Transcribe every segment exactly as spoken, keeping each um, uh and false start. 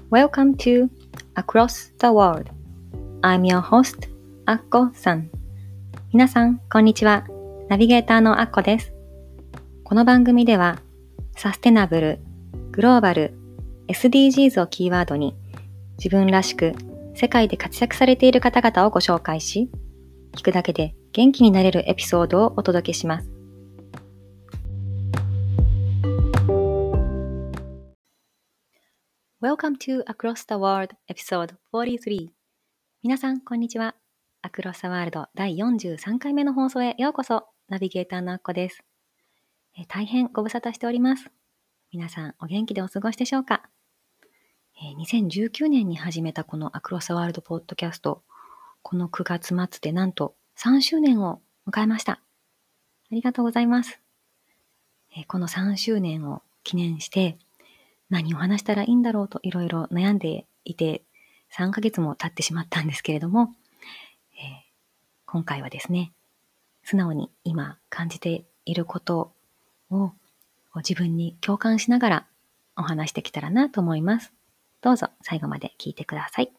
Welcome to Across the World. I'm your host, アッコさん。皆さん、こんにちは。ナビゲーターのアッコです。この番組では、サステナブル、グローバル、エスディージーズ をキーワードに、自分らしく世界で活躍されている方々をご紹介し、聞くだけで元気になれるエピソードをお届けします。Welcome to Across the World Episode よんじゅうさん。皆さん、こんにちは。Across the World だいよんじゅうさんかいめの放送へようこそ。ナビゲーターのあっこです。えー大変ご無沙汰しております。皆さん、お元気でお過ごしでしょうか。えーにせんじゅうきゅうねんに始めたこの Across the World Podcast、このくがつ末でなんとさんしゅうねんを迎えました。ありがとうございます。えーこのさんしゅうねんを記念して、何を話したらいいんだろうといろいろ悩んでいて、さんかげつも経ってしまったんですけれども、えー今回はですね、素直に今感じていることを自分に共感しながらお話してきたらなと思います。どうぞ最後まで聞いてください。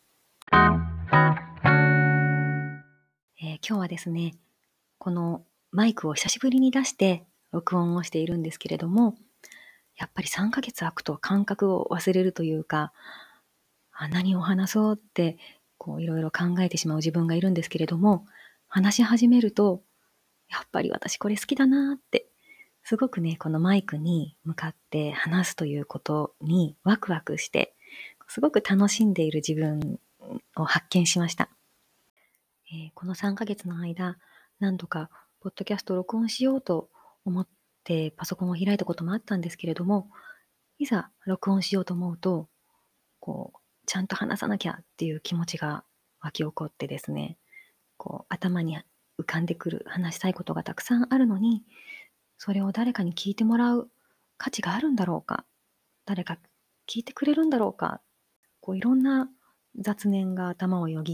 えー今日はですね、このマイクを久しぶりに出して録音をしているんですけれども、やっぱりさんかげつ空くと感覚を忘れるというか、あ何を話そうってこういろいろ考えてしまう自分がいるんですけれども、話し始めると、やっぱり私これ好きだなーって、すごくね、このマイクに向かって話すということにワクワクして、すごく楽しんでいる自分を発見しました。えーこのさんかげつの間、何度かポッドキャストを録音しようと思ってパソコンを開いたこともあったんですけれども、いざ録音しようと思うと、こう、ちゃんと話さなきゃっていう気持ちが湧き起こってですね、こう、頭に浮かんでくる話したいことがたくさんあるのに、それを誰かに聞いてもらう価値があるんだろうか、誰か聞いてくれるんだろうか、こういろんな雑念が頭をよぎって、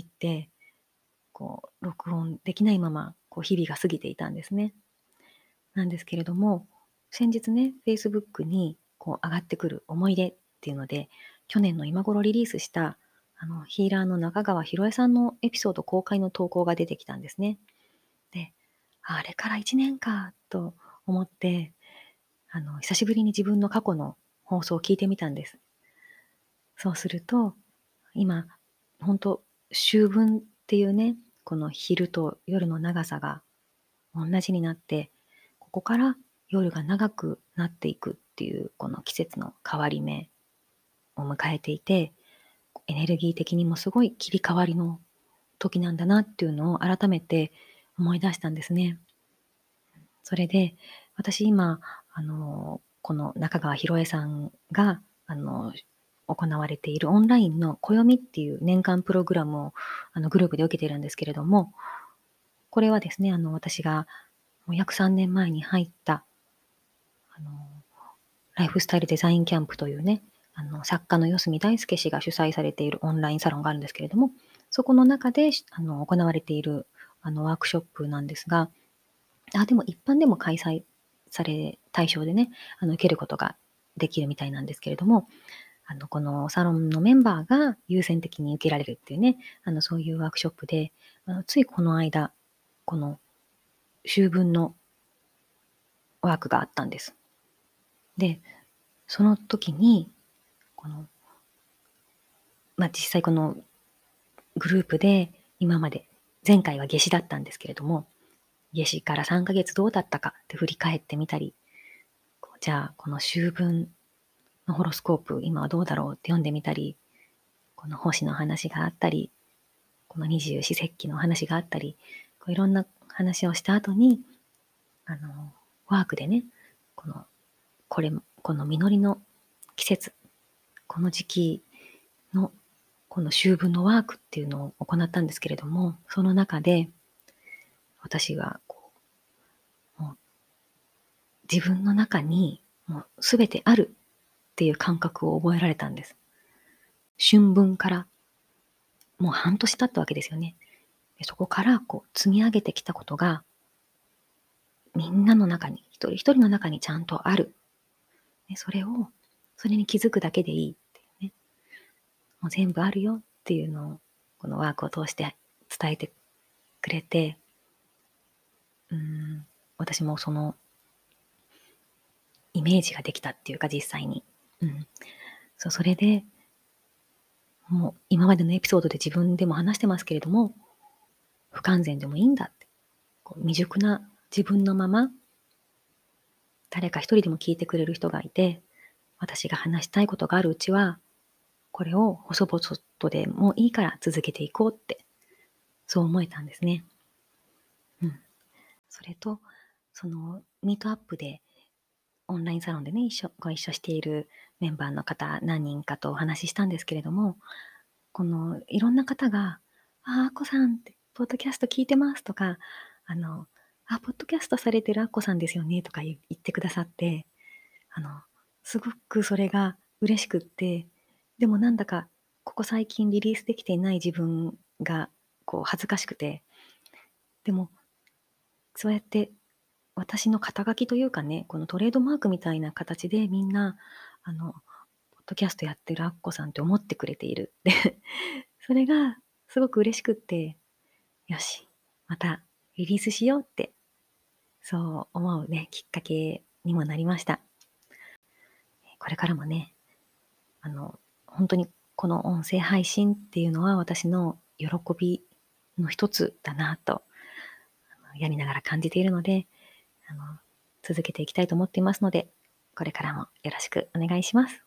こう、録音できないまま、こう、日々が過ぎていたんですね。なんですけれども、先日ね、Facebook にこう上がってくる思い出っていうので、去年の今頃リリースした、あの、ヒーラーの中川博恵さんのエピソード公開の投稿が出てきたんですね。で、あれからいちねんかと思って、あの、久しぶりに自分の過去の放送を聞いてみたんです。そうすると、今、本当秋分っていうね、この昼と夜の長さが同じになって、ここから夜が長くなっていくっていうこの季節の変わり目を迎えていて、エネルギー的にもすごい切り替わりの時なんだなっていうのを改めて思い出したんですね。それで、私今、あの、この中川博恵さんが、あの、行われているオンラインの暦っていう年間プログラムをあのグループで受けてるんですけれども、これはですね、あの、私がもう約さんねんまえに入った、あの、ライフスタイルデザインキャンプというね、あの、作家の四隅大輔氏が主催されているオンラインサロンがあるんですけれども、そこの中で、あの、行われている、あの、ワークショップなんですが、あ、でも一般でも開催され、対象でね、あの、受けることができるみたいなんですけれども、あの、このサロンのメンバーが優先的に受けられるっていうね、あの、そういうワークショップで、あの、ついこの間、この秋分のワークがあったんです。で、その時に、この、まあ、実際このグループで今まで、前回は夏至だったんですけれども、夏至からさんかげつどうだったかって振り返ってみたり、こうじゃあこの秋分のホロスコープ、今はどうだろうって読んでみたり、この星の話があったり、この二十四節気の話があったり、こういろんな話をした後に、あの、ワークでね、この、これ、この実りの季節、この時期のこの秋分のワークっていうのを行ったんですけれども、その中で私がこうもう自分の中にもうすべてあるっていう感覚を覚えられたんです。春分からもう半年経ったわけですよね。でそこからこう積み上げてきたことがみんなの中に、一人一人の中にちゃんとある。でそれを、それに気づくだけでいいっていうね。 もう全部あるよっていうのを、このワークを通して伝えてくれて、うーん、私もそのイメージができたっていうか、実際に。うん。そう、それで、もう今までのエピソードで自分でも話してますけれども、不完全でもいいんだって。こう未熟な自分のまま、誰か一人でも聞いてくれる人がいて、私が話したいことがあるうちは、これを細々とでもいいから続けていこうって、そう思えたんですね。うん。それと、そのミートアップでオンラインサロンでね、一緒ご一緒しているメンバーの方何人かとお話ししたんですけれども、このいろんな方が、あ、アッコさんって、ポッドキャスト聞いてますとか、あの、あ、ポッドキャストされてるアッコさんですよねとか言言ってくださって、あの、すごくそれが嬉しくって、でもなんだか、ここ最近リリースできていない自分が、こう恥ずかしくて、でも、そうやって私の肩書きというかね、このトレードマークみたいな形でみんな、あの、ポッドキャストやってるアッコさんって思ってくれている。で、それがすごく嬉しくって、よし、またリリースしようって、そう思うね、きっかけにもなりました。これからもね、あの、本当にこの音声配信っていうのは私の喜びの一つだなと、あのやりながら感じているので、あの、続けていきたいと思っていますので、これからもよろしくお願いします。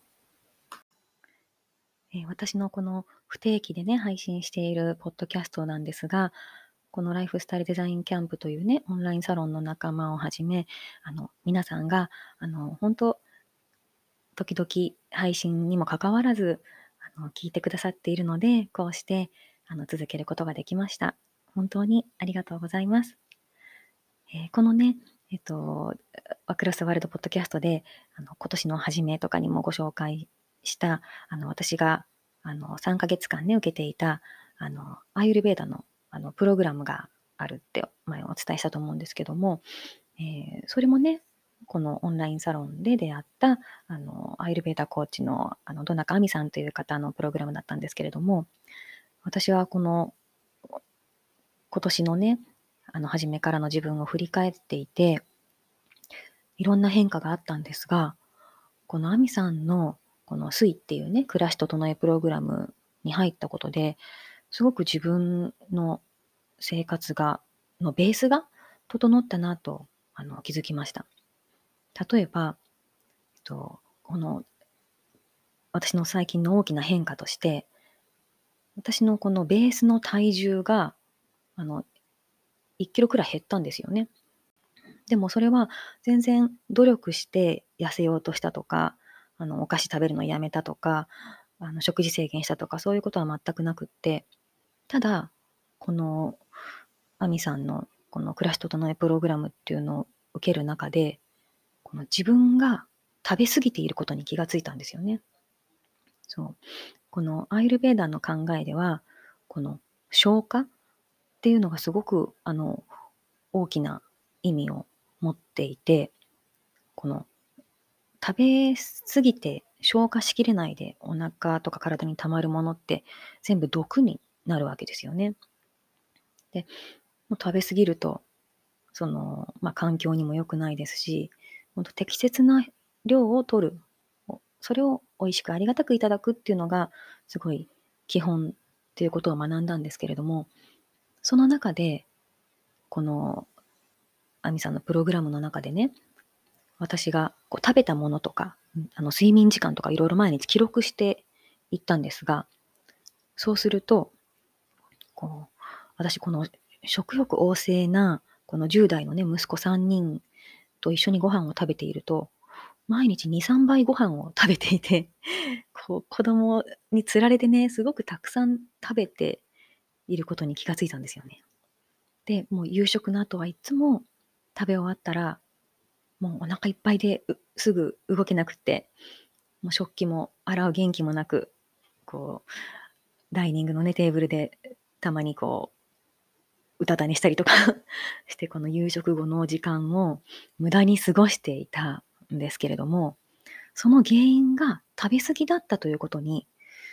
えー私のこの不定期でね、配信しているポッドキャストなんですが、このライフスタイルデザインキャンプというね、オンラインサロンの仲間をはじめ、あの、皆さんが、あの、本当時々配信にもかかわらず、あの、聞いてくださっているので、こうして、あの、続けることができました。本当にありがとうございます。えーこのね、えっと、アクロスワールドポッドキャストで、あの、今年の初めとかにもご紹介した、あの、私が、あの、さんかげつかんね、受けていた、あの、アーユルヴェーダの、あの、プログラムがあるって前お伝えしたと思うんですけども、えーそれもね、このオンラインサロンで出会った、あの、アーユルヴェーダコーチの、あの、ドナカアミさんという方のプログラムだったんですけれども、私はこの、今年のね、あの、初めからの自分を振り返っていて、いろんな変化があったんですが、このアミさんのこのスイっていうね、暮らし整えプログラムに入ったことで、すごく自分の生活が、のベースが整ったなと、あの、気づきました。例えば、えっと、この私の最近の大きな変化として、私のこのベースの体重が、あの、いっキロくらい減ったんですよね。でもそれは全然努力して痩せようとしたとか、あの、お菓子食べるのやめたとか、あの、食事制限したとか、そういうことは全くなくって、ただ、この、アミさんのこの暮らし整えプログラムっていうのを受ける中で、この自分が食べ過ぎていることに気がついたんですよね。そう。このアイルベーダの考えでは、この消化っていうのがすごく、あの、大きな意味を持っていて、この食べ過ぎて消化しきれないでお腹とか体に溜まるものって全部毒になるわけですよね。で、もう食べ過ぎると、その、まあ、環境にも良くないですし、ほんと適切な量を取る。おそれを美味しくありがたくいただくっていうのが、すごい基本っていうことを学んだんですけれども、その中で、このアミさんのプログラムの中でね、私がこう食べたものとか、あの睡眠時間とかいろいろ毎日記録していったんですが、そうすると、こう、私この食欲旺盛なこのじゅう代のね、息子さんにんと一緒にご飯を食べていると、毎日に、さんばいご飯を食べていて、こう子供に釣られてね、すごくたくさん食べていることに気がついたんですよね。で、もう夕食の後はいつも食べ終わったら、もうお腹いっぱいで、うすぐ動けなくって、もう食器も洗う元気もなく、こう、ダイニングのね、テーブルでたまにこう、うたた寝したりとかして、この夕食後の時間を無駄に過ごしていたんですけれども、その原因が食べ過ぎだったということに、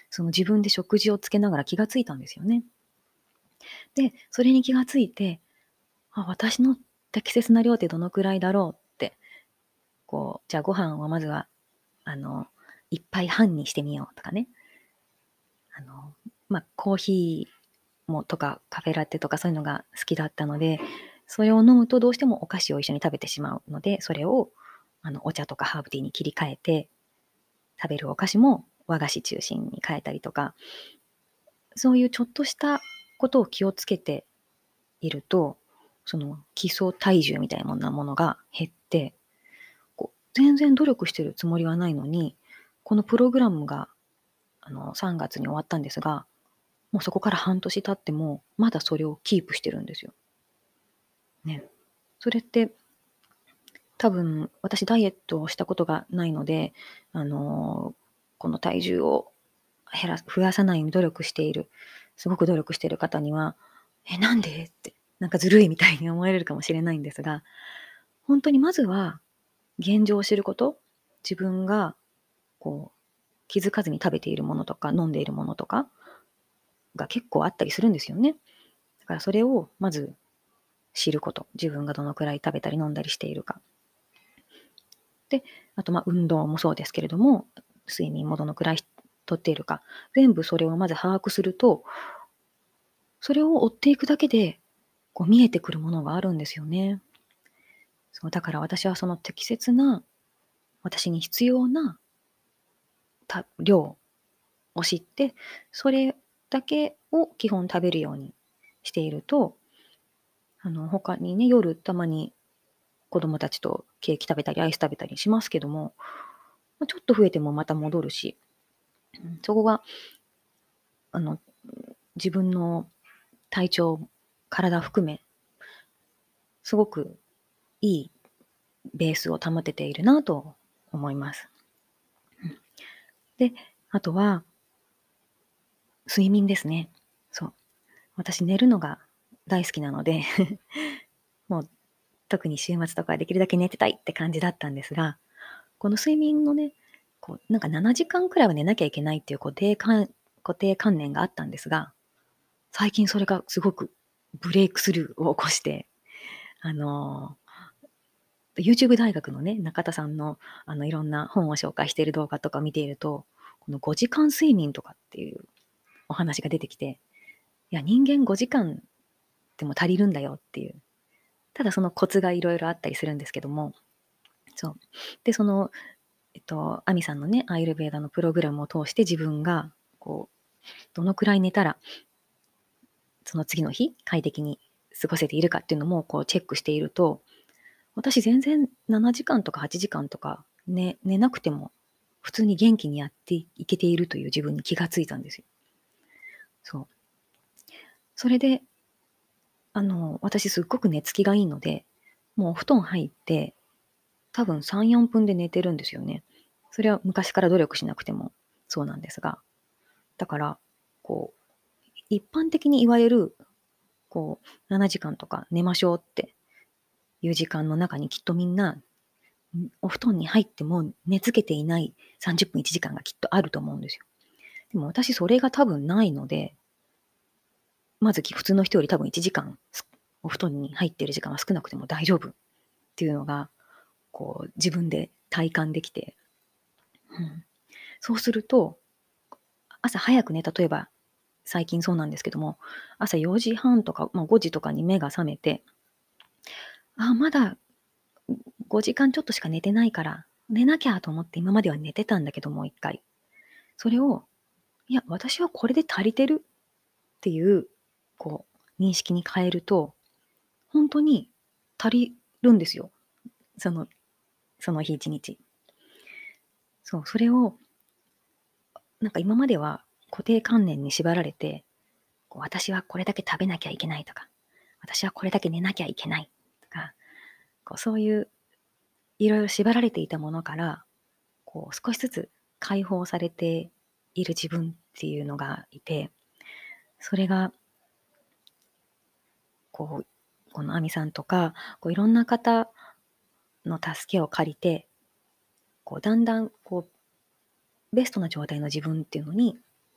その自分で食事をつけながら気がついたんですよね。で、それに気がついて、あ、私の適切な量ってどのくらいだろうって、こう、じゃあご飯はまずは、あの、一杯半にしてみようとかね。あの、まあ、コーヒーもとかカフェラテとかそういうのが好きだったので、それを飲むとどうしてもお菓子を一緒に食べてしまうので、それをあのお茶とかハーブティーに切り替えて、食べるお菓子も和菓子中心に変えたりとか、そういうちょっとしたことを気をつけていると、その基礎体重みたいなものが減って、こう全然努力してるつもりはないのに、このプログラムがあのさんがつに終わったんですが、もうそこから半年経っても、まだそれをキープしてるんですよ。ね。それって、多分、私ダイエットをしたことがないので、あの、この体重を減らす増やさないように努力している、すごく努力している方には、え、なんでって、なんかずるいみたいに思われるかもしれないんですが、本当にまずは現状を知ること、自分がこう気づかずに食べているものとか飲んでいるものとかが結構あったりするんですよね。だからそれをまず知ること。自分がどのくらい食べたり飲んだりしているか。で、あとまあ運動もそうですけれども、睡眠もどのくらいとっているか。全部それをまず把握すると、それを追っていくだけで、こう見えてくるものがあるんですよね。そう、だから私はその適切な、私に必要なた量を知って、それだけを基本食べるようにしていると、あの他にね、夜たまに子供たちとケーキ食べたりアイス食べたりしますけども、まあ、ちょっと増えてもまた戻るし、うん、そこがあの自分の体調、体含め、すごくいいベースを保てているなと思います。うん、で、あとは睡眠ですね。そう。私寝るのが大好きなのでもう特に週末とかはできるだけ寝てたいって感じだったんですが、この睡眠のね、こうなんかななじかんくらいは寝なきゃいけないっていう固定観固定観念があったんですが、最近それがすごくブレイクスルーを起こして、あの、YouTube 大学のね、中田さんのあのいろんな本を紹介している動画とか見ていると、このごじかん睡眠とかっていうお話が出てきて、いや人間ごじかんでも足りるんだよっていう。ただそのコツがいろいろあったりするんですけども、そう。で、その、えっと、アミさんのね、アイルベーダのプログラムを通して自分が、こう、どのくらい寝たら、その次の日、快適に過ごせているかっていうのも、こう、チェックしていると、私全然ななじかんとかはちじかんとか、ね、寝なくても、普通に元気にやっていけているという自分に気がついたんですよ。そう。それで、あの、私すっごく寝つきがいいので、もうお布団入って、多分さん、よんぷんで寝てるんですよね。それは昔から努力しなくてもそうなんですが。だから、こう、一般的に言われる、こう、ななじかんとか寝ましょうっていう時間の中にきっとみんな、お布団に入っても寝つけていないさんじゅっぷんいちじかんがきっとあると思うんですよ。でも私それが多分ないので、まず普通の人より多分いちじかんお布団に入っている時間は少なくても大丈夫っていうのが、こう自分で体感できて、うん、そうすると、朝早くね、例えば最近そうなんですけども、朝よじはんとか、まあ、ごじとかに目が覚めて、あ、まだごじかんちょっとしか寝てないから、寝なきゃと思って今までは寝てたんだけどもう一回。それを、いや、私はこれで足りてるっていう、こう、認識に変えると、本当に足りるんですよ。その、その日一日。そう、それを、なんか今までは固定観念に縛られて、こう私はこれだけ食べなきゃいけないとか、私はこれだけ寝なきゃいけないとか、こうそういういろいろ縛られていたものから、こう少しずつ解放されている自分っていうのがいて、それが、こう、このアミさんとか、こういろんな方の助けを借りて、こうだんだんこうベストな状態の自分っていうのに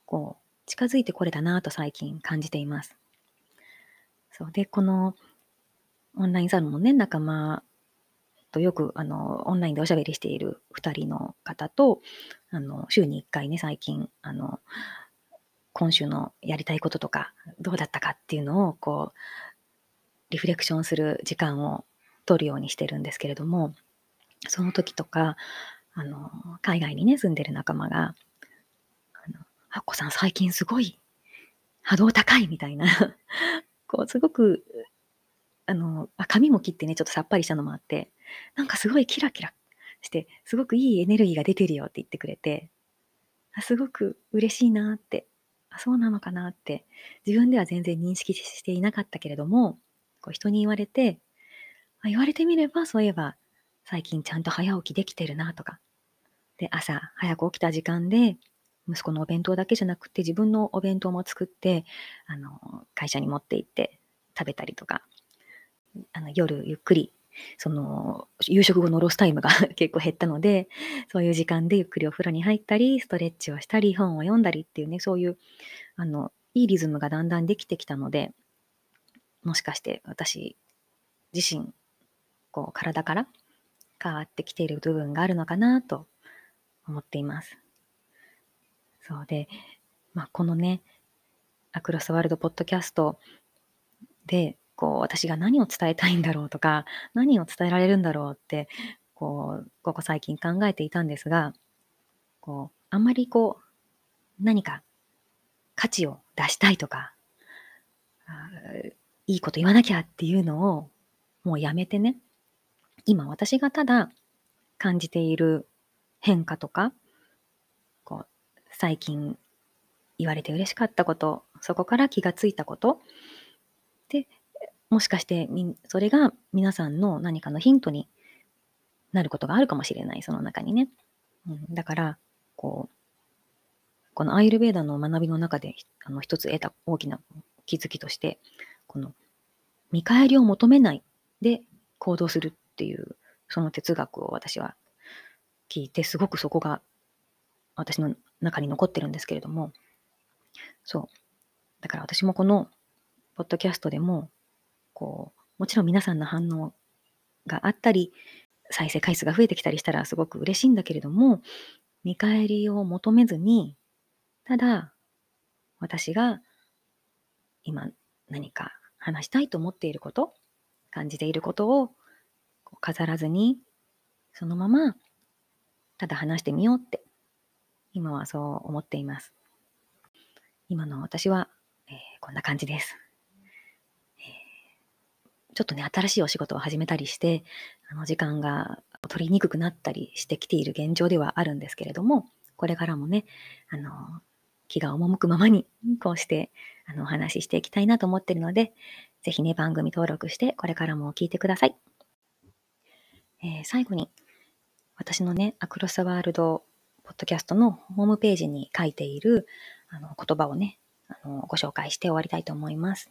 こう、近づいてこれたなと最近感じています。そうで、このオンラインサロンのね、仲間とよく、あの、オンラインでおしゃべりしている二人の方と、あの、週に一回ね、最近、あの、今週のやりたいこととか、どうだったかっていうのを、こう、リフレクションする時間を取るようにしてるんですけれども、その時とか、あの、海外にね、住んでる仲間が、あの、アッコさん最近すごい波動高いみたいな、こう、すごく、あの、あ、髪も切ってね、ちょっとさっぱりしたのもあって、なんかすごいキラキラして、すごくいいエネルギーが出てるよって言ってくれて、あ、すごく嬉しいなって、あ、そうなのかなって、自分では全然認識していなかったけれども、こう人に言われて、あ、言われてみれば、そういえば、最近ちゃんと早起きできてるなとか、で、朝早く起きた時間で、息子のお弁当だけじゃなくて、自分のお弁当も作って、あの、会社に持って行って食べたりとか、あの、夜ゆっくり、その、夕食後のロスタイムが結構減ったので、そういう時間でゆっくりお風呂に入ったり、ストレッチをしたり、本を読んだりっていうね、そういう、あの、いいリズムがだんだんできてきたので、もしかして私自身、こう、体から変わってきている部分があるのかなと思っています。そうで、まあ、このね、アクロスワールドポッドキャストで、こう、私が何を伝えたいんだろうとか、何を伝えられるんだろうって、こう、ここ最近考えていたんですが、こう、あんまりこう、何か価値を出したいとか、あいいこと言わなきゃっていうのをもうやめてね、今私がただ感じている変化とか、こう、最近言われて嬉しかったこと、そこから気がついたことで、もしかしてみそれが皆さんの何かのヒントになることがあるかもしれない、その中にね。うん、だから、こう、このアイルベーダの学びの中で、あの、一つ得た大きな気づきとして、この、見返りを求めないで行動するっていう、その哲学を私は聞いて、すごくそこが私の中に残ってるんですけれども、そう。だから私もこの、ポッドキャストでも、こう、もちろん皆さんの反応があったり、再生回数が増えてきたりしたらすごく嬉しいんだけれども、見返りを求めずに、ただ、私が今何か話したいと思っていること、感じていることを飾らずに、そのまま、ただ話してみようって、今はそう思っています。今の私は、えー、こんな感じです。えー、ちょっとね、新しいお仕事を始めたりして、あの時間が取りにくくなったりしてきている現状ではあるんですけれども、これからもね、あの、気が赴くままに、こうして、あの、お話ししていきたいなと思っているので、ぜひね、番組登録して、これからも聞いてください。えー、最後に、私のね、アクロスワールドポッドキャストのホームページに書いているあの言葉をね、あの、ご紹介して終わりたいと思います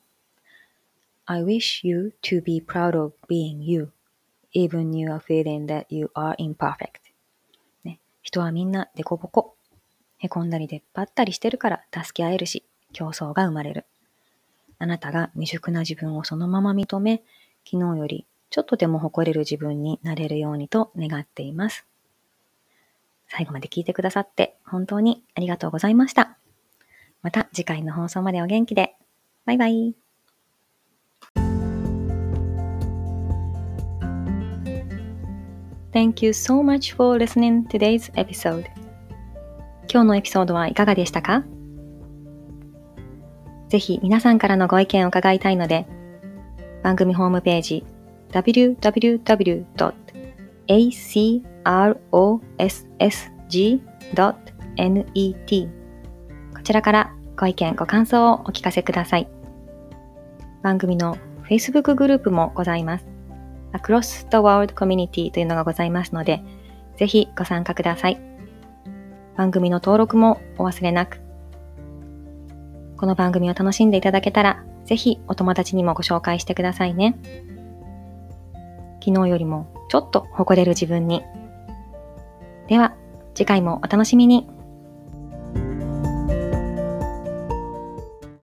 。I wish you to be proud of being you, even you are feeling that you are imperfect. ね、人はみんなデコボコ。へこんだり出っ張ったりしてるから助け合えるし、競争が生まれる。あなたが未熟な自分をそのまま認め、昨日よりちょっとでも誇れる自分になれるようにと願っています。最後まで聞いてくださって本当にありがとうございました。また次回の放送までお元気で。バイバイ。Thank you so much for listening today's episode. 今日のエピソードはいかがでしたか？ぜひ皆さんからのご意見を伺いたいので、番組ホームページ ダブリューダブリューダブリュードットエーシーアールオーエスエスジードットネット こちらからご意見ご感想をお聞かせください。番組の Facebook グループもございます。Across the World Community というのがございますので、ぜひご参加ください。番組の登録もお忘れなく。この番組を楽しんでいただけたら、ぜひお友達にもご紹介してくださいね。昨日よりもちょっと誇れる自分に。では、次回もお楽しみに。